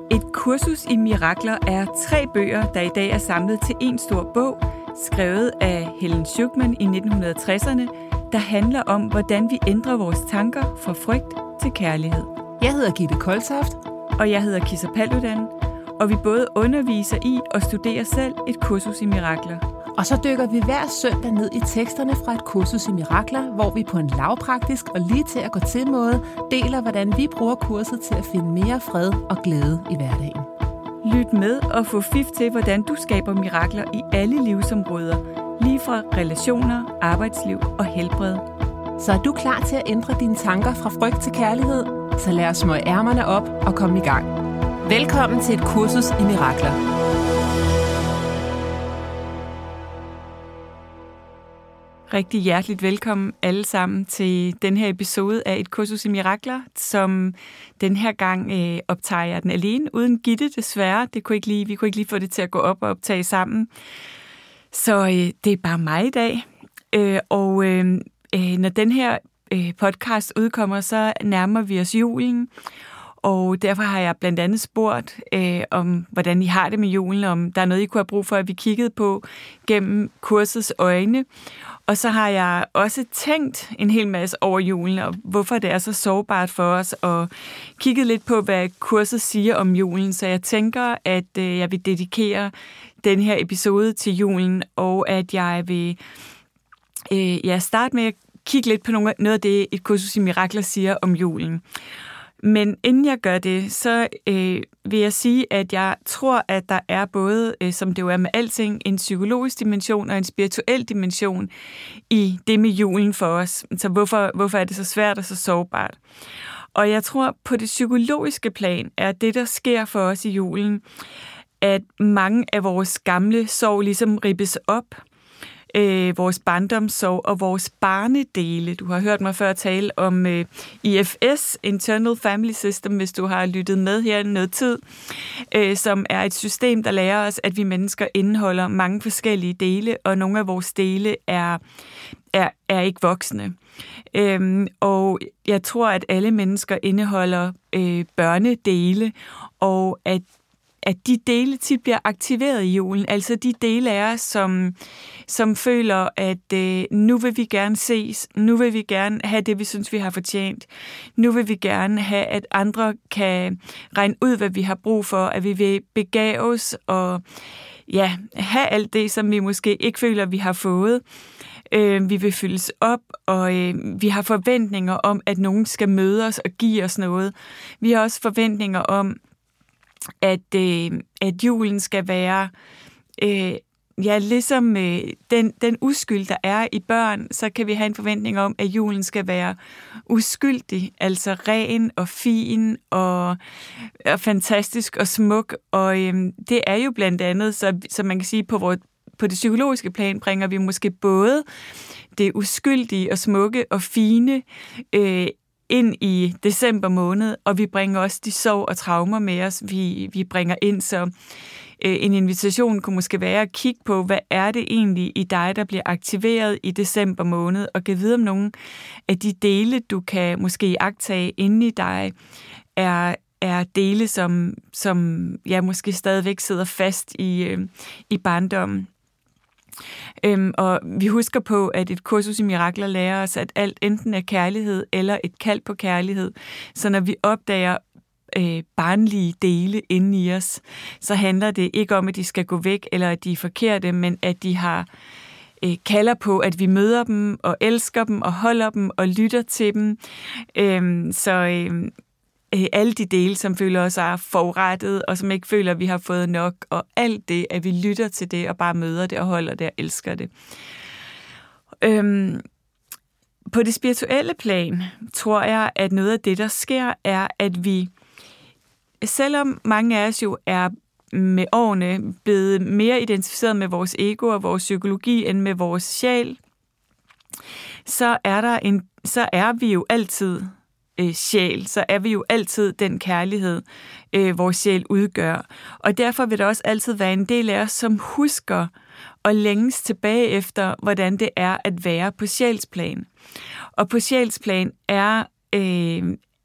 Et kursus i mirakler er 3 bøger, der i dag er samlet til en stor bog, skrevet af Helen Schucman i 1960'erne, der handler om, hvordan vi ændrer vores tanker fra frygt til kærlighed. Jeg hedder Gitte Koltoft. Og jeg hedder Kisser Paludan, og vi både underviser i og studerer selv et kursus i mirakler. Og så dykker vi hver søndag ned i teksterne fra et kursus i mirakler, hvor vi på en lavpraktisk og lige til at gå til måde deler, hvordan vi bruger kurset til at finde mere fred og glæde i hverdagen. Lyt med og få fif til, hvordan du skaber mirakler i alle livsområder, lige fra relationer, arbejdsliv og helbred. Så er du klar til at ændre dine tanker fra frygt til kærlighed? Så lad os smøge ærmerne op og komme i gang. Velkommen til et kursus i mirakler. Rigtig hjerteligt velkommen alle sammen til den her episode af et kursus i mirakler, som den her gang optager jeg den alene, uden Gitte desværre. Vi kunne ikke lige få det til at gå op og optage sammen. Så det er bare mig i dag. Når den her podcast udkommer, så nærmer vi os julen. Og derfor har jeg blandt andet spurgt om, hvordan I har det med julen, om der er noget, I kunne have brug for, at vi kiggede på gennem kursets øjne. Og så har jeg også tænkt en hel masse over julen, og hvorfor det er så sårbart for os, og kigget lidt på, hvad kurset siger om julen. Så jeg tænker, at jeg vil dedikere den her episode til julen, og at jeg vil starte med at kigge lidt på noget af det, et kursus i mirakler siger om julen. Men inden jeg gør det, så vil jeg sige, at jeg tror, at der er både, som det jo er med alting, en psykologisk dimension og en spirituel dimension i det med julen for os. Så hvorfor er det så svært og så sårbart? Og jeg tror, på det psykologiske plan er det, der sker for os i julen, at mange af vores gamle sorg ligesom ribbes op. Vores barndomssorg og vores barnedele. Du har hørt mig før tale om IFS, Internal Family System, hvis du har lyttet med her noget tid, som er et system, der lærer os, at vi mennesker indeholder mange forskellige dele, og nogle af vores dele er ikke voksne. Og jeg tror, at alle mennesker indeholder børnedele, og at de dele tit bliver aktiveret i julen. Altså de dele af os, som føler, at nu vil vi gerne ses, nu vil vi gerne have det, vi synes, vi har fortjent. Nu vil vi gerne have, at andre kan regne ud, hvad vi har brug for, at vi vil begaves og have alt det, som vi måske ikke føler, vi har fået. Vi vil fyldes op, og vi har forventninger om, at nogen skal møde os og give os noget. Vi har også forventninger om, at julen skal være ligesom den uskyld, der er i børn, så kan vi have en forventning om, at julen skal være uskyldig, altså ren og fin og fantastisk og smuk. Og det er jo blandt andet, så man kan sige, på det psykologiske plan bringer vi måske både det uskyldige og smukke og fine ind i december måned, og vi bringer også de sorg og traumer med os, vi bringer ind. Så en invitation kunne måske være at kigge på, hvad er det egentlig i dig, der bliver aktiveret i december måned, og give videre om nogle af de dele, du kan måske iagttage inde i dig, er dele, som måske stadigvæk sidder fast i barndommen. Og vi husker på, at et kursus i mirakler lærer os, at alt enten er kærlighed eller et kald på kærlighed. Så når vi opdager barnlige dele inde i os, så handler det ikke om, at de skal gå væk, eller at de er forkerte, men at de har kalder på, at vi møder dem og elsker dem og holder dem og lytter til dem. Alle de dele, som føler os er forurettet, og som ikke føler, at vi har fået nok, og alt det, at vi lytter til det, og bare møder det, og holder det, og elsker det. På det spirituelle plan, tror jeg, at noget af det, der sker, er, at vi, selvom mange af os jo er med årene blevet mere identificeret med vores ego og vores psykologi, end med vores sjæl, så er vi jo altid sjæl, så er vi jo altid den kærlighed, vores sjæl udgør. Og derfor vil der også altid være en del af os, som husker og længes tilbage efter, hvordan det er at være på sjælsplan. Og på sjælsplan er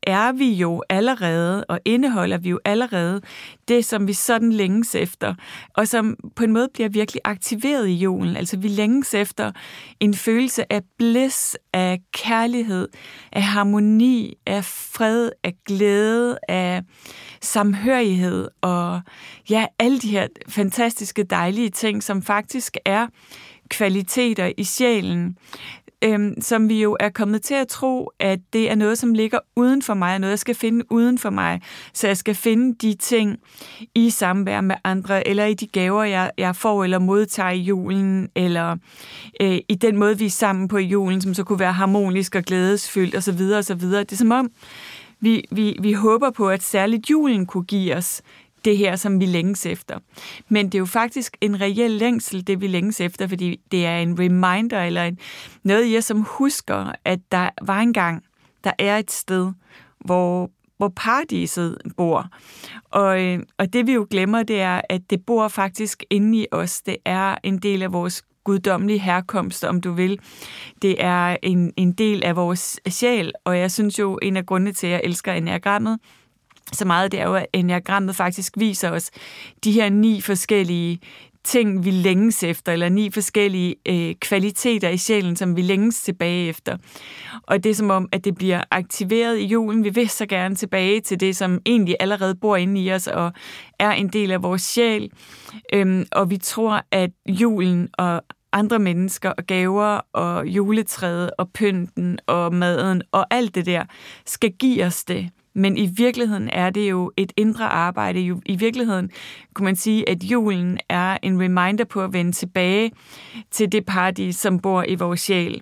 er vi jo allerede, og indeholder vi jo allerede det, som vi sådan længes efter, og som på en måde bliver virkelig aktiveret i julen. Altså vi længes efter en følelse af bliss, af kærlighed, af harmoni, af fred, af glæde, af samhørighed, og ja, alle de her fantastiske, dejlige ting, som faktisk er kvaliteter i sjælen, som vi jo er kommet til at tro, at det er noget, som ligger uden for mig, noget, jeg skal finde uden for mig. Så jeg skal finde de ting i samvær med andre, eller i de gaver, jeg får eller modtager i julen, eller i den måde, vi er sammen på i julen, som så kunne være harmonisk og glædesfyldt osv. osv. Det er som om, vi håber på, at særligt julen kunne give os det her, som vi længes efter. Men det er jo faktisk en reel længsel, det vi længes efter, fordi det er en reminder, eller noget i jer, som husker, at der var en gang, der er et sted, hvor paradiset bor. Og det vi jo glemmer, det er, at det bor faktisk inde i os. Det er en del af vores guddommelige herkomst, om du vil. Det er en del af vores sjæl, og jeg synes jo, en af grundene til, at jeg elsker enneagrammet så meget, det er jo, at enneagrammet faktisk viser os de her 9 forskellige ting, vi længes efter, eller 9 forskellige kvaliteter i sjælen, som vi længes tilbage efter. Og det er som om, at det bliver aktiveret i julen. Vi vil så gerne tilbage til det, som egentlig allerede bor inde i os, og er en del af vores sjæl. Og vi tror, at julen og andre mennesker og gaver og juletræet og pynten og maden og alt det der skal give os det. Men i virkeligheden er det jo et indre arbejde. I virkeligheden kunne man sige, at julen er en reminder på at vende tilbage til det paradis, som bor i vores sjæl.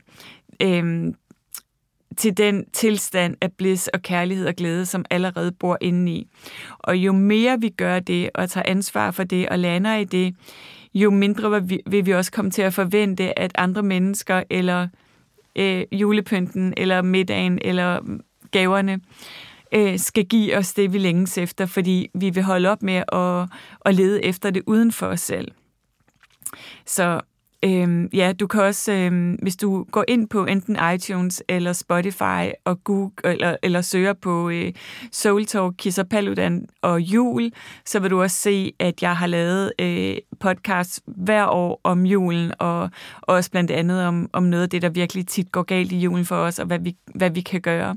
Til den tilstand af bliss og kærlighed og glæde, som allerede bor inde i. Og jo mere vi gør det og tager ansvar for det og lander i det, jo mindre vil vi også komme til at forvente, at andre mennesker eller julepynten eller middagen eller gaverne skal give os det, vi længes efter, fordi vi vil holde op med at lede efter det uden for os selv. Så ja, du kan også, hvis du går ind på enten iTunes eller Spotify og Google, eller søger på Soul Talk, Kisser Paludan og jul, så vil du også se, at jeg har lavet podcasts hver år om julen, og også blandt andet om noget af det, der virkelig tit går galt i julen for os, og hvad vi kan gøre.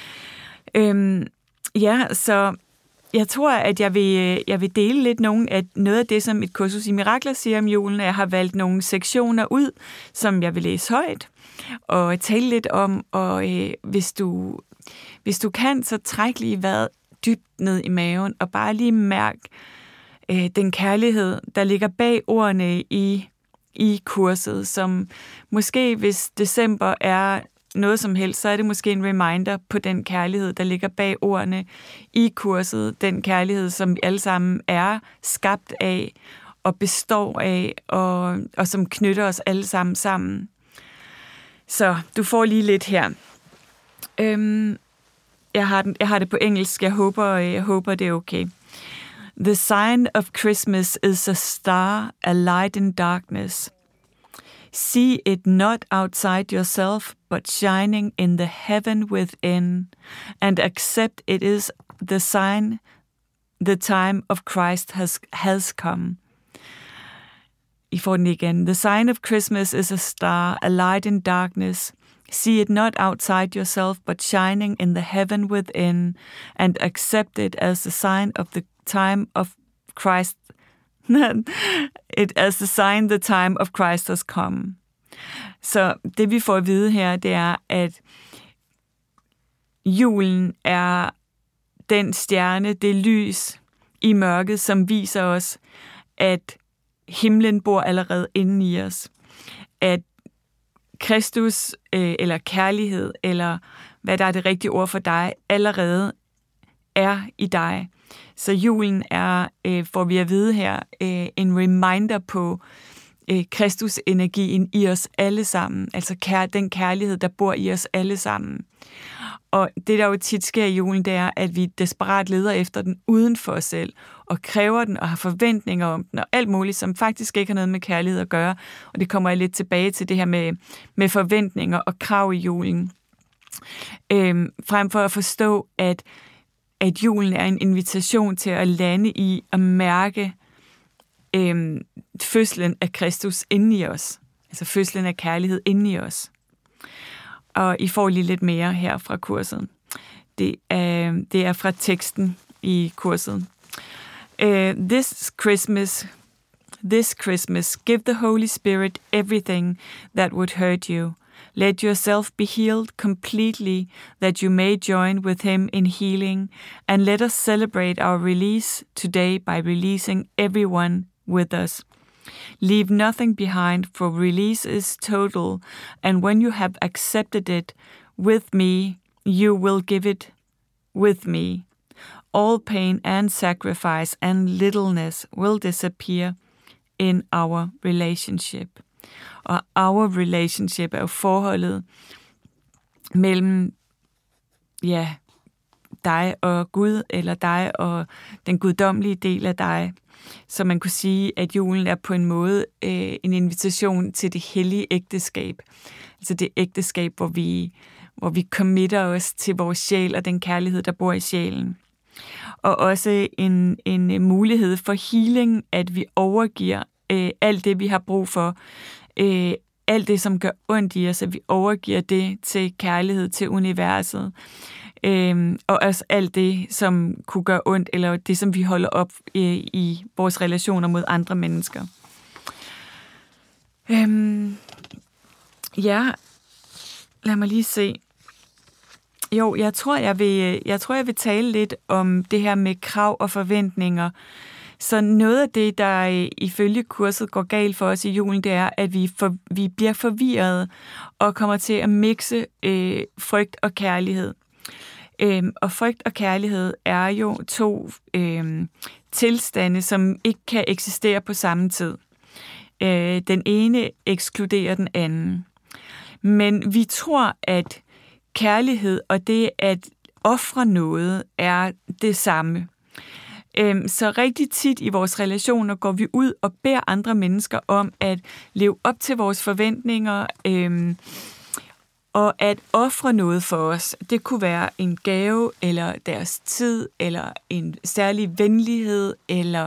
Ja, så jeg tror, at jeg vil dele lidt noget af det, som et kursus i mirakler siger om julen. Jeg har valgt nogle sektioner ud, som jeg vil læse højt og tale lidt om. Og hvis du kan, så træk lige vejret dybt ned i maven og bare lige mærk den kærlighed, der ligger bag ordene i kurset, som måske, hvis december er noget som helst, så er det måske en reminder på den kærlighed, der ligger bag ordene i kurset. Den kærlighed, som vi alle sammen er skabt af og består af, og som knytter os alle sammen. Så du får lige lidt her. Jeg har det på engelsk. Jeg håber det er okay. The sign of Christmas is a star, a light in darkness. See it not outside yourself, but shining in the heaven within, and accept it is the sign, the time of Christ has come. I får den igen. The sign of Christmas is a star, a light in darkness. See it not outside yourself, but shining in the heaven within, and accept it as the sign of the time of Christ. It as the sign the time of Christ has come. Så det vi får at vide her, det er, at julen er den stjerne, det lys i mørket, som viser os, at himlen bor allerede inde i os. At Kristus, eller kærlighed, eller hvad der er det rigtige ord for dig, allerede er i dig. Så julen er, får vi at vide her, en reminder på Kristus-energien i os alle sammen. Altså den kærlighed, der bor i os alle sammen. Og det, der jo tit sker i julen, det er, at vi desperat leder efter den uden for os selv, og kræver den, og har forventninger om den, og alt muligt, som faktisk ikke har noget med kærlighed at gøre. Og det kommer jeg lidt tilbage til, det her med forventninger og krav i julen. Frem for at forstå, at julen er en invitation til at lande i at mærke fødslen af Kristus inde i os. Altså fødslen af kærlighed inde i os. Og I får lige lidt mere her fra kurset. Det er fra teksten i kurset. This Christmas, give the Holy Spirit everything that would hurt you. Let yourself be healed completely, that you may join with Him in healing, and let us celebrate our release today by releasing everyone with us. Leave nothing behind, for release is total, and when you have accepted it with me, you will give it with me. All pain and sacrifice and littleness will disappear in our relationship. Og our relationship er jo forholdet mellem dig og Gud, eller dig og den guddommelige del af dig. Så man kunne sige, at julen er på en måde en invitation til det hellige ægteskab. Altså det ægteskab, hvor vi committer os til vores sjæl og den kærlighed, der bor i sjælen. Og også en mulighed for healing, at vi overgiver alt det, vi har brug for. Alt det, som gør ondt i os, at vi overgiver det til kærlighed, til universet. Og også alt det, som kunne gøre ondt, eller det, som vi holder op i vores relationer mod andre mennesker. Lad mig lige se. Jo, jeg tror, jeg vil tale lidt om det her med krav og forventninger. Så noget af det, der ifølge kurset går galt for os i julen, det er, at vi bliver forvirrede og kommer til at mixe frygt og kærlighed. Og frygt og kærlighed er jo to tilstande, som ikke kan eksistere på samme tid. Den ene ekskluderer den anden. Men vi tror, at kærlighed og det at ofre noget er det samme. Så rigtig tit i vores relationer går vi ud og beder andre mennesker om at leve op til vores forventninger og at ofre noget for os. Det kunne være en gave, eller deres tid, eller en særlig venlighed, eller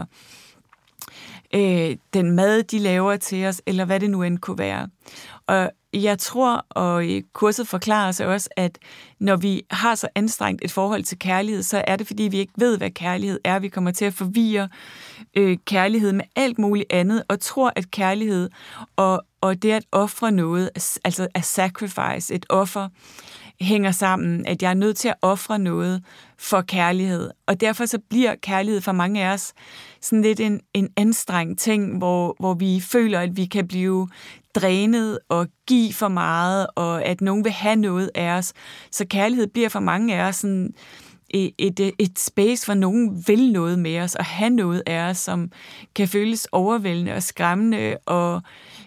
den mad, de laver til os, eller hvad det nu end kunne være. Og jeg tror, og kurset forklarer sig også, at når vi har så anstrengt et forhold til kærlighed, så er det, fordi vi ikke ved, hvad kærlighed er. Vi kommer til at forvirre kærlighed med alt muligt andet, og tror, at kærlighed og det at ofre noget, altså at sacrifice, et offer, hænger sammen, at jeg er nødt til at ofre noget for kærlighed. Og derfor så bliver kærlighed for mange af os sådan lidt en anstrengt ting, hvor vi føler, at vi kan blive drænet og give for meget, og at nogen vil have noget af os. Så kærlighed bliver for mange af os sådan et space, hvor nogen vil noget med os, og have noget af os, som kan føles overvældende og skræmmende, og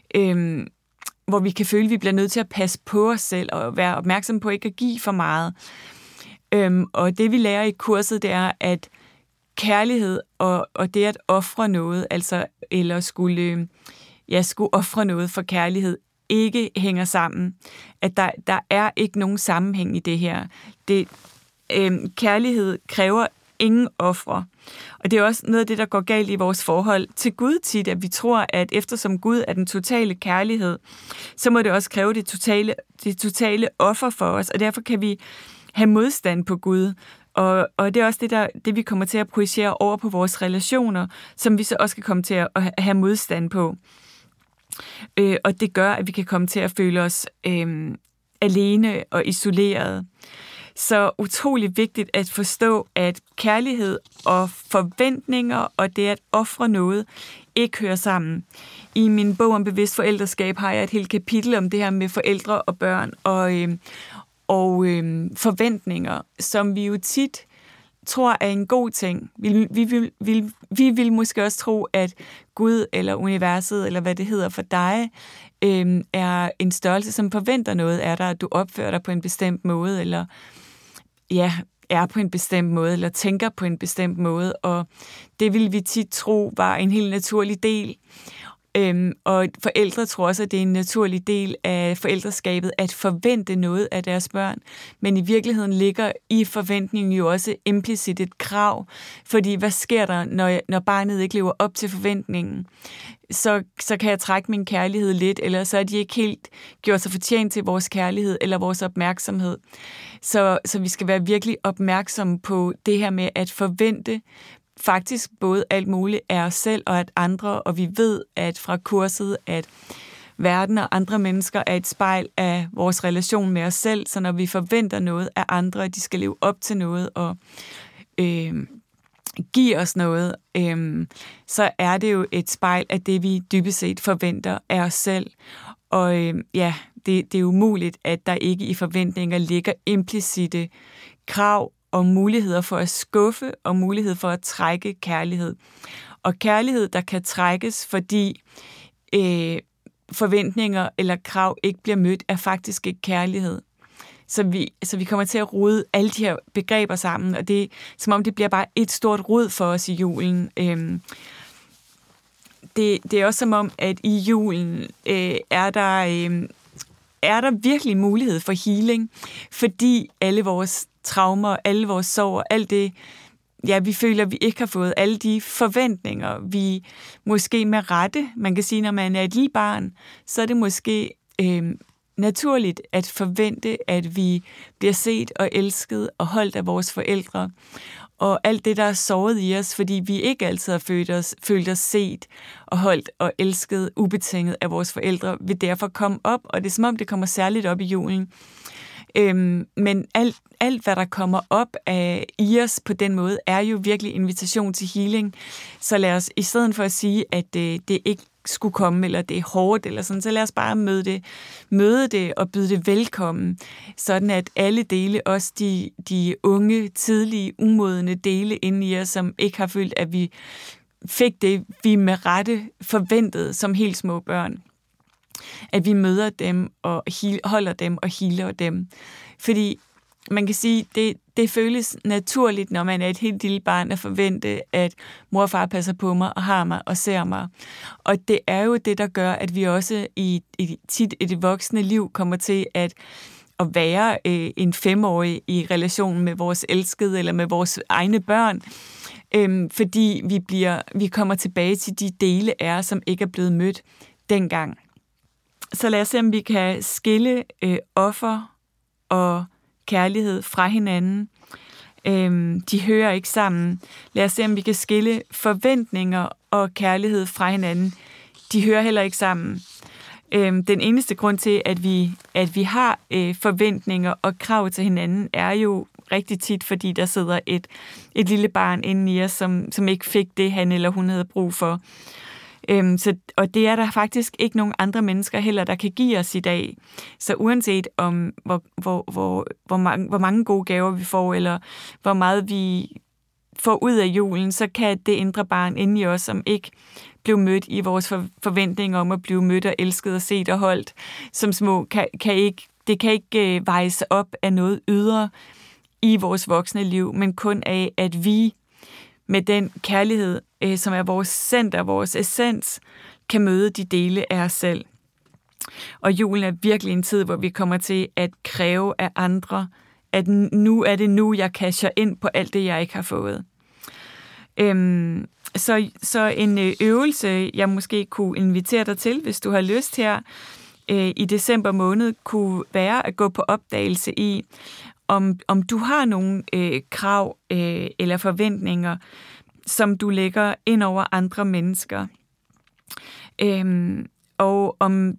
hvor vi kan føle, at vi bliver nødt til at passe på os selv, og være opmærksom på ikke at give for meget. Og det vi lærer i kurset, det er, at kærlighed og det at ofre noget, altså eller skulle ofre noget for kærlighed, ikke hænger sammen. At der er ikke nogen sammenhæng i det her. Kærlighed kræver ingen ofre. Og det er også noget af det, der går galt i vores forhold til Gud tit, at vi tror, at eftersom Gud er den totale kærlighed, så må det også kræve det totale offer for os, og derfor kan vi have modstand på Gud. Og det er også det vi kommer til at projicere over på vores relationer, som vi så også kan komme til at have modstand på. Og det gør, at vi kan komme til at føle os alene og isoleret. Så utrolig vigtigt at forstå, at kærlighed og forventninger og det at ofre noget ikke hører sammen. I min bog om bevidst forældreskab har jeg et helt kapitel om det her med forældre og børn og forventninger, som vi jo tit tror er en god ting. Vi vil måske også tro, at Gud eller universet, eller hvad det hedder for dig, er en størrelse, som forventer noget af dig, at du opfører dig på en bestemt måde, eller er på en bestemt måde, eller tænker på en bestemt måde, og det vil vi tit tro var en helt naturlig del. Og forældre tror også, at det er en naturlig del af forældreskabet at forvente noget af deres børn. Men i virkeligheden ligger i forventningen jo også implicit et krav. Fordi hvad sker der, når barnet ikke lever op til forventningen? Så kan jeg trække min kærlighed lidt, eller så er de ikke helt gjort sig fortjent til vores kærlighed eller vores opmærksomhed. Så vi skal være virkelig opmærksomme på det her med at forvente faktisk både alt muligt af os selv og af andre, og vi ved at fra kurset, at verden og andre mennesker er et spejl af vores relation med os selv, så når vi forventer noget af andre, at de skal leve op til noget og give os noget, så er det jo et spejl af det, vi dybest set forventer af os selv. Og det er umuligt, at der ikke i forventninger ligger implicite krav og muligheder for at skuffe og mulighed for at trække kærlighed. Og kærlighed, der kan trækkes, fordi forventninger eller krav ikke bliver mødt, er faktisk ikke kærlighed. Så vi kommer til at rode alle de her begreber sammen, og det er som om det bliver bare et stort rod for os i julen. Det er også som om, at i julen er der virkelig mulighed for healing, fordi alle vores traumer, alle vores sorger, alt det, vi føler, vi ikke har fået, alle de forventninger, vi måske med rette, man kan sige, når man er et lille barn, så er det måske naturligt at forvente, at vi bliver set og elsket og holdt af vores forældre. Og alt det, der er såret i os, fordi vi ikke altid har følt os set og holdt og elsket ubetinget af vores forældre, vil derfor komme op, og det er som om, det kommer særligt op i julen. Men alt, hvad der kommer op i os på den måde, er jo virkelig invitation til healing. Så lad os, i stedet for at sige, at det ikke skulle komme, eller det er hårdt, eller sådan, så lad os bare møde det og byde det velkommen, sådan at alle dele, også de unge, tidlige, umodne dele inde i os, som ikke har følt, at vi fik det, vi med rette forventede som helt små børn. At vi møder dem og holder dem og healer dem. Fordi man kan sige, det føles naturligt, når man er et helt lille barn, at forvente, at mor og far passer på mig og har mig og ser mig. Og det er jo det, der gør, at vi også i det voksne liv kommer til at være en 5-årig i relation med vores elskede eller med vores egne børn. Fordi vi kommer tilbage til de dele af os, som ikke er blevet mødt dengang. Så lad os se, om vi kan skille offer og kærlighed fra hinanden. De hører ikke sammen. Lad os se, om vi kan skille forventninger og kærlighed fra hinanden. De hører heller ikke sammen. Den eneste grund til, at vi har forventninger og krav til hinanden, er jo rigtig tit, fordi der sidder et lille barn inde i os, som ikke fik det, han eller hun havde brug for. Og det er der faktisk ikke nogen andre mennesker heller, der kan give os i dag. Så uanset om hvor mange gode gaver vi får, eller hvor meget vi får ud af julen, så kan det indre barn inde i os, som ikke blev mødt i vores forventninger om at blive mødt og elsket og set og holdt som små, det kan ikke vejes op af noget ydre i vores voksne liv, men kun af, at vi med den kærlighed, som er vores center, vores essens, kan møde de dele af os selv. Og julen er virkelig en tid, hvor vi kommer til at kræve af andre, at nu er det nu, jeg casher ind på alt det, jeg ikke har fået. Så en øvelse, jeg måske kunne invitere dig til, hvis du har lyst her i december måned, kunne være at gå på opdagelse i, om du har nogle krav eller forventninger, som du lægger ind over andre mennesker. Og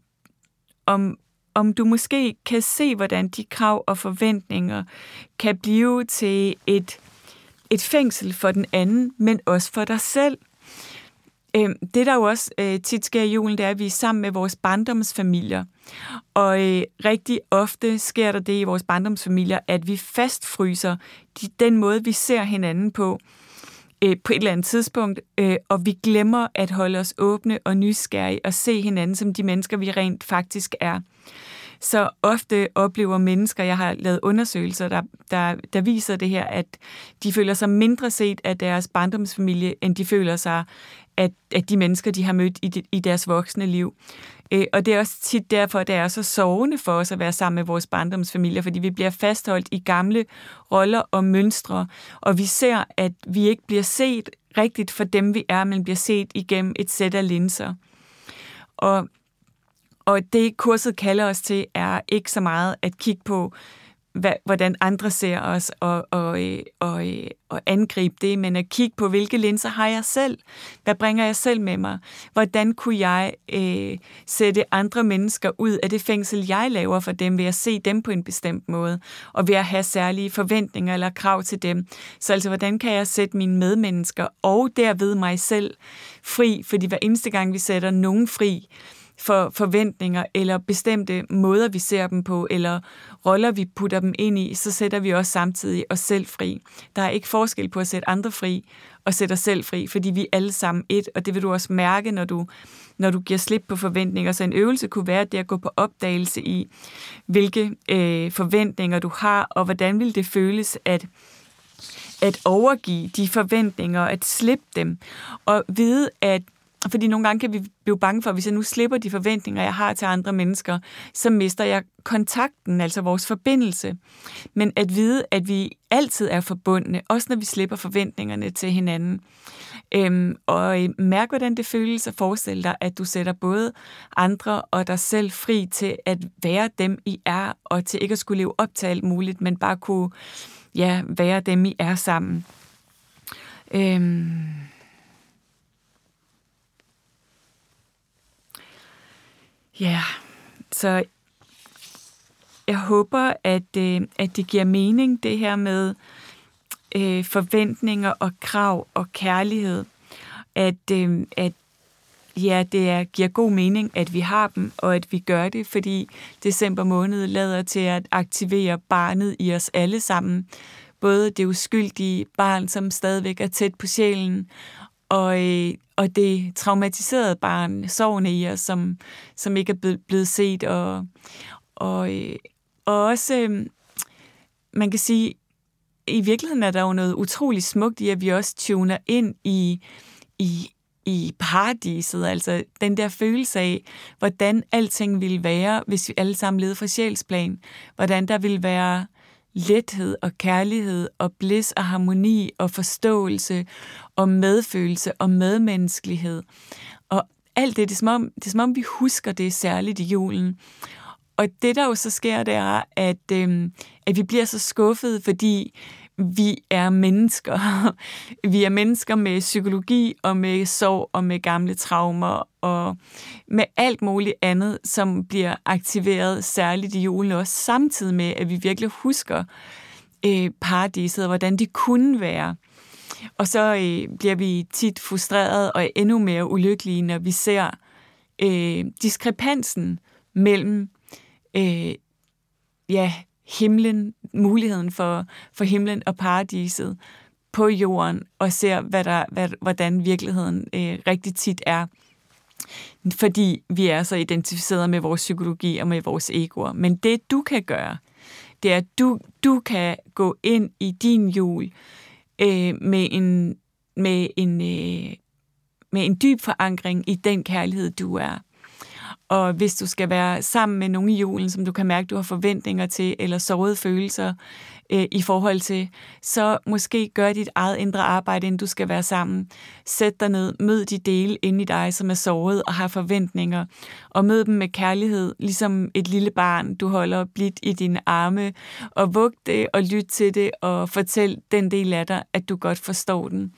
om du måske kan se, hvordan de krav og forventninger kan blive til et fængsel for den anden, men også for dig selv. Det, der jo også tit sker i julen, det er, at vi er sammen med vores barndomsfamilier. Og rigtig ofte sker der det i vores barndomsfamilier, at vi fastfryser den måde, vi ser hinanden på et eller andet tidspunkt, og vi glemmer at holde os åbne og nysgerrige og se hinanden som de mennesker, vi rent faktisk er. så ofte oplever mennesker, jeg har lavet undersøgelser, der viser det her, at de føler sig mindre set af deres barndomsfamilie, end de føler sig at de mennesker, de har mødt i deres voksne liv. Og det er også tit derfor, det er så sårende for os at være sammen med vores barndomsfamilier, fordi vi bliver fastholdt i gamle roller og mønstre, og vi ser, at vi ikke bliver set rigtigt for dem, vi er, men bliver set igennem et sæt af linser. Og det kurset kalder os til, er ikke så meget at kigge på, hvordan andre ser os og angribe det, men at kigge på, hvilke linser har jeg selv? Hvad bringer jeg selv med mig? Hvordan kunne jeg sætte andre mennesker ud af det fængsel, jeg laver for dem, ved at se dem på en bestemt måde, og ved at have særlige forventninger eller krav til dem? Så altså, hvordan kan jeg sætte mine medmennesker og derved mig selv fri? Fordi hver eneste gang, vi sætter nogen fri for forventninger eller bestemte måder, vi ser dem på, eller roller, vi putter dem ind i, så sætter vi også samtidig os selv fri. Der er ikke forskel på at sætte andre fri og sætte os selv fri, fordi vi er alle sammen et, og det vil du også mærke, når du giver slip på forventninger. Så en øvelse kunne være det at gå på opdagelse i, hvilke forventninger du har, og hvordan vil det føles at overgive de forventninger, at slippe dem, og vide, at fordi nogle gange kan vi blive bange for, at hvis jeg nu slipper de forventninger, jeg har til andre mennesker, så mister jeg kontakten, altså vores forbindelse. Men at vide, at vi altid er forbundne, også når vi slipper forventningerne til hinanden. Og mærk, hvordan det føles, at forestille dig, at du sætter både andre og dig selv fri til at være dem, I er, og til ikke at skulle leve op til alt muligt, men bare kunne være dem, I er sammen. Ja, så jeg håber, at det giver mening, det her med forventninger og krav og kærlighed. At det giver god mening, at vi har dem, og at vi gør det, fordi december måned lader til at aktivere barnet i os alle sammen. Både det uskyldige barn, som stadigvæk er tæt på sjælen, og det traumatiserede barn, sorgene i os, som ikke er blevet set, og også, man kan sige, i virkeligheden er der jo noget utroligt smukt i, at vi også tuner ind i paradiset, altså den der følelse af, hvordan alting ville være, hvis vi alle sammen levede fra sjælsplan, hvordan der ville være lethed og kærlighed og bliss og harmoni og forståelse og medfølelse og medmenneskelighed. Og alt det, det er som om vi husker det særligt i julen. Og det, der jo så sker, det er, at vi bliver så skuffede, fordi vi er mennesker. Vi er mennesker med psykologi og med sorg og med gamle traumer og med alt muligt andet, som bliver aktiveret særligt i julen, også samtidig med, at vi virkelig husker paradiset og hvordan det kunne være. Og så bliver vi tit frustreret og endnu mere ulykkelige, når vi ser diskrepansen mellem himlen, muligheden for himlen og paradiset på jorden, og ser, hvordan virkeligheden rigtig tit er. Fordi vi er så identificeret med vores psykologi og med vores egoer. Men det, du kan gøre, det er, at du kan gå ind i din jul med en dyb forankring i den kærlighed, du er. Og hvis du skal være sammen med nogen i julen, som du kan mærke, du har forventninger til, eller sårede følelser i forhold til, så måske gør dit eget indre arbejde, inden du skal være sammen. Sæt dig ned, mød de dele inde i dig, som er såret og har forventninger, og mød dem med kærlighed, ligesom et lille barn, du holder blidt i dine arme, og vug det, og lyt til det, og fortæl den del af dig, at du godt forstår den.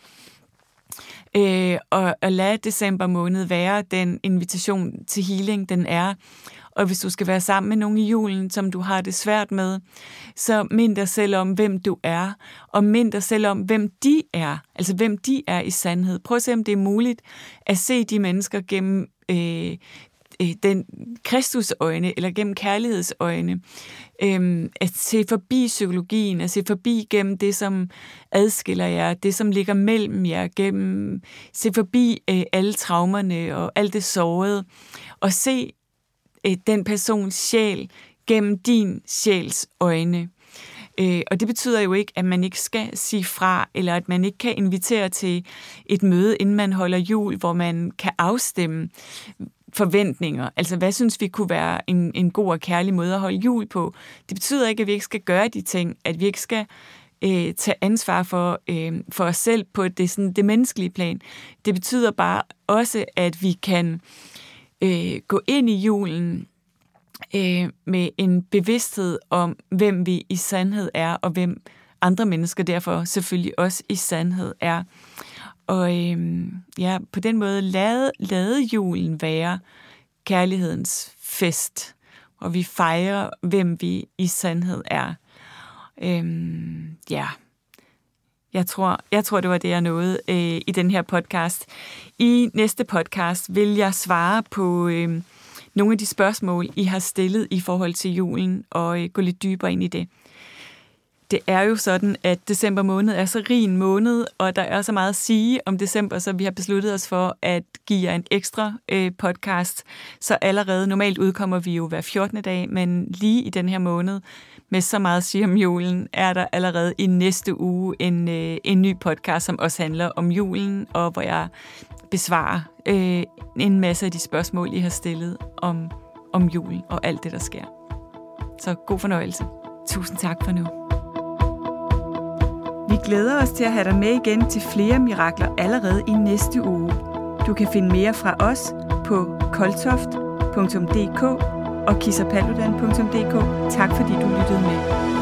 Og lad december måned være den invitation til healing, den er. Og hvis du skal være sammen med nogen i julen, som du har det svært med, så mind dig selv om, hvem du er, og mind dig selv om, hvem de er. Altså, hvem de er i sandhed. Prøv at se, om det er muligt at se de mennesker gennem den Kristusøjne, eller gennem kærlighedsøjne. At se forbi psykologien, at se forbi gennem det, som adskiller jer, det, som ligger mellem jer, se forbi alle traumerne og alt det sårede, og se den persons sjæl gennem din sjæls øjne. Og det betyder jo ikke, at man ikke skal sige fra, eller at man ikke kan invitere til et møde, inden man holder jul, hvor man kan afstemme forventninger. Altså, hvad synes vi kunne være en god og kærlig måde at holde jul på? Det betyder ikke, at vi ikke skal gøre de ting, at vi ikke skal tage ansvar for os selv på det menneskelige plan. Det betyder bare også, at vi kan gå ind i julen med en bevidsthed om, hvem vi i sandhed er, og hvem andre mennesker derfor selvfølgelig også i sandhed er. Og på den måde lade julen være kærlighedens fest, og vi fejrer, hvem vi i sandhed er. Jeg tror, det var det, jeg nåede i den her podcast. I næste podcast vil jeg svare på nogle af de spørgsmål, I har stillet i forhold til julen, og gå lidt dybere ind i det. Det er jo sådan, at december måned er så rig en måned, og der er så meget at sige om december, så vi har besluttet os for at give jer en ekstra podcast. Så allerede, normalt udkommer vi jo hver 14. dag, men lige i den her måned, med så meget at sige om julen, er der allerede i næste uge en ny podcast, som også handler om julen, og hvor jeg besvarer en masse af de spørgsmål, I har stillet om julen og alt det, der sker. Så god fornøjelse. Tusind tak for nu. Vi glæder os til at have dig med igen til flere mirakler allerede i næste uge. Du kan finde mere fra os på koltoft.dk og kissapaludan.dk. Tak fordi du lyttede med.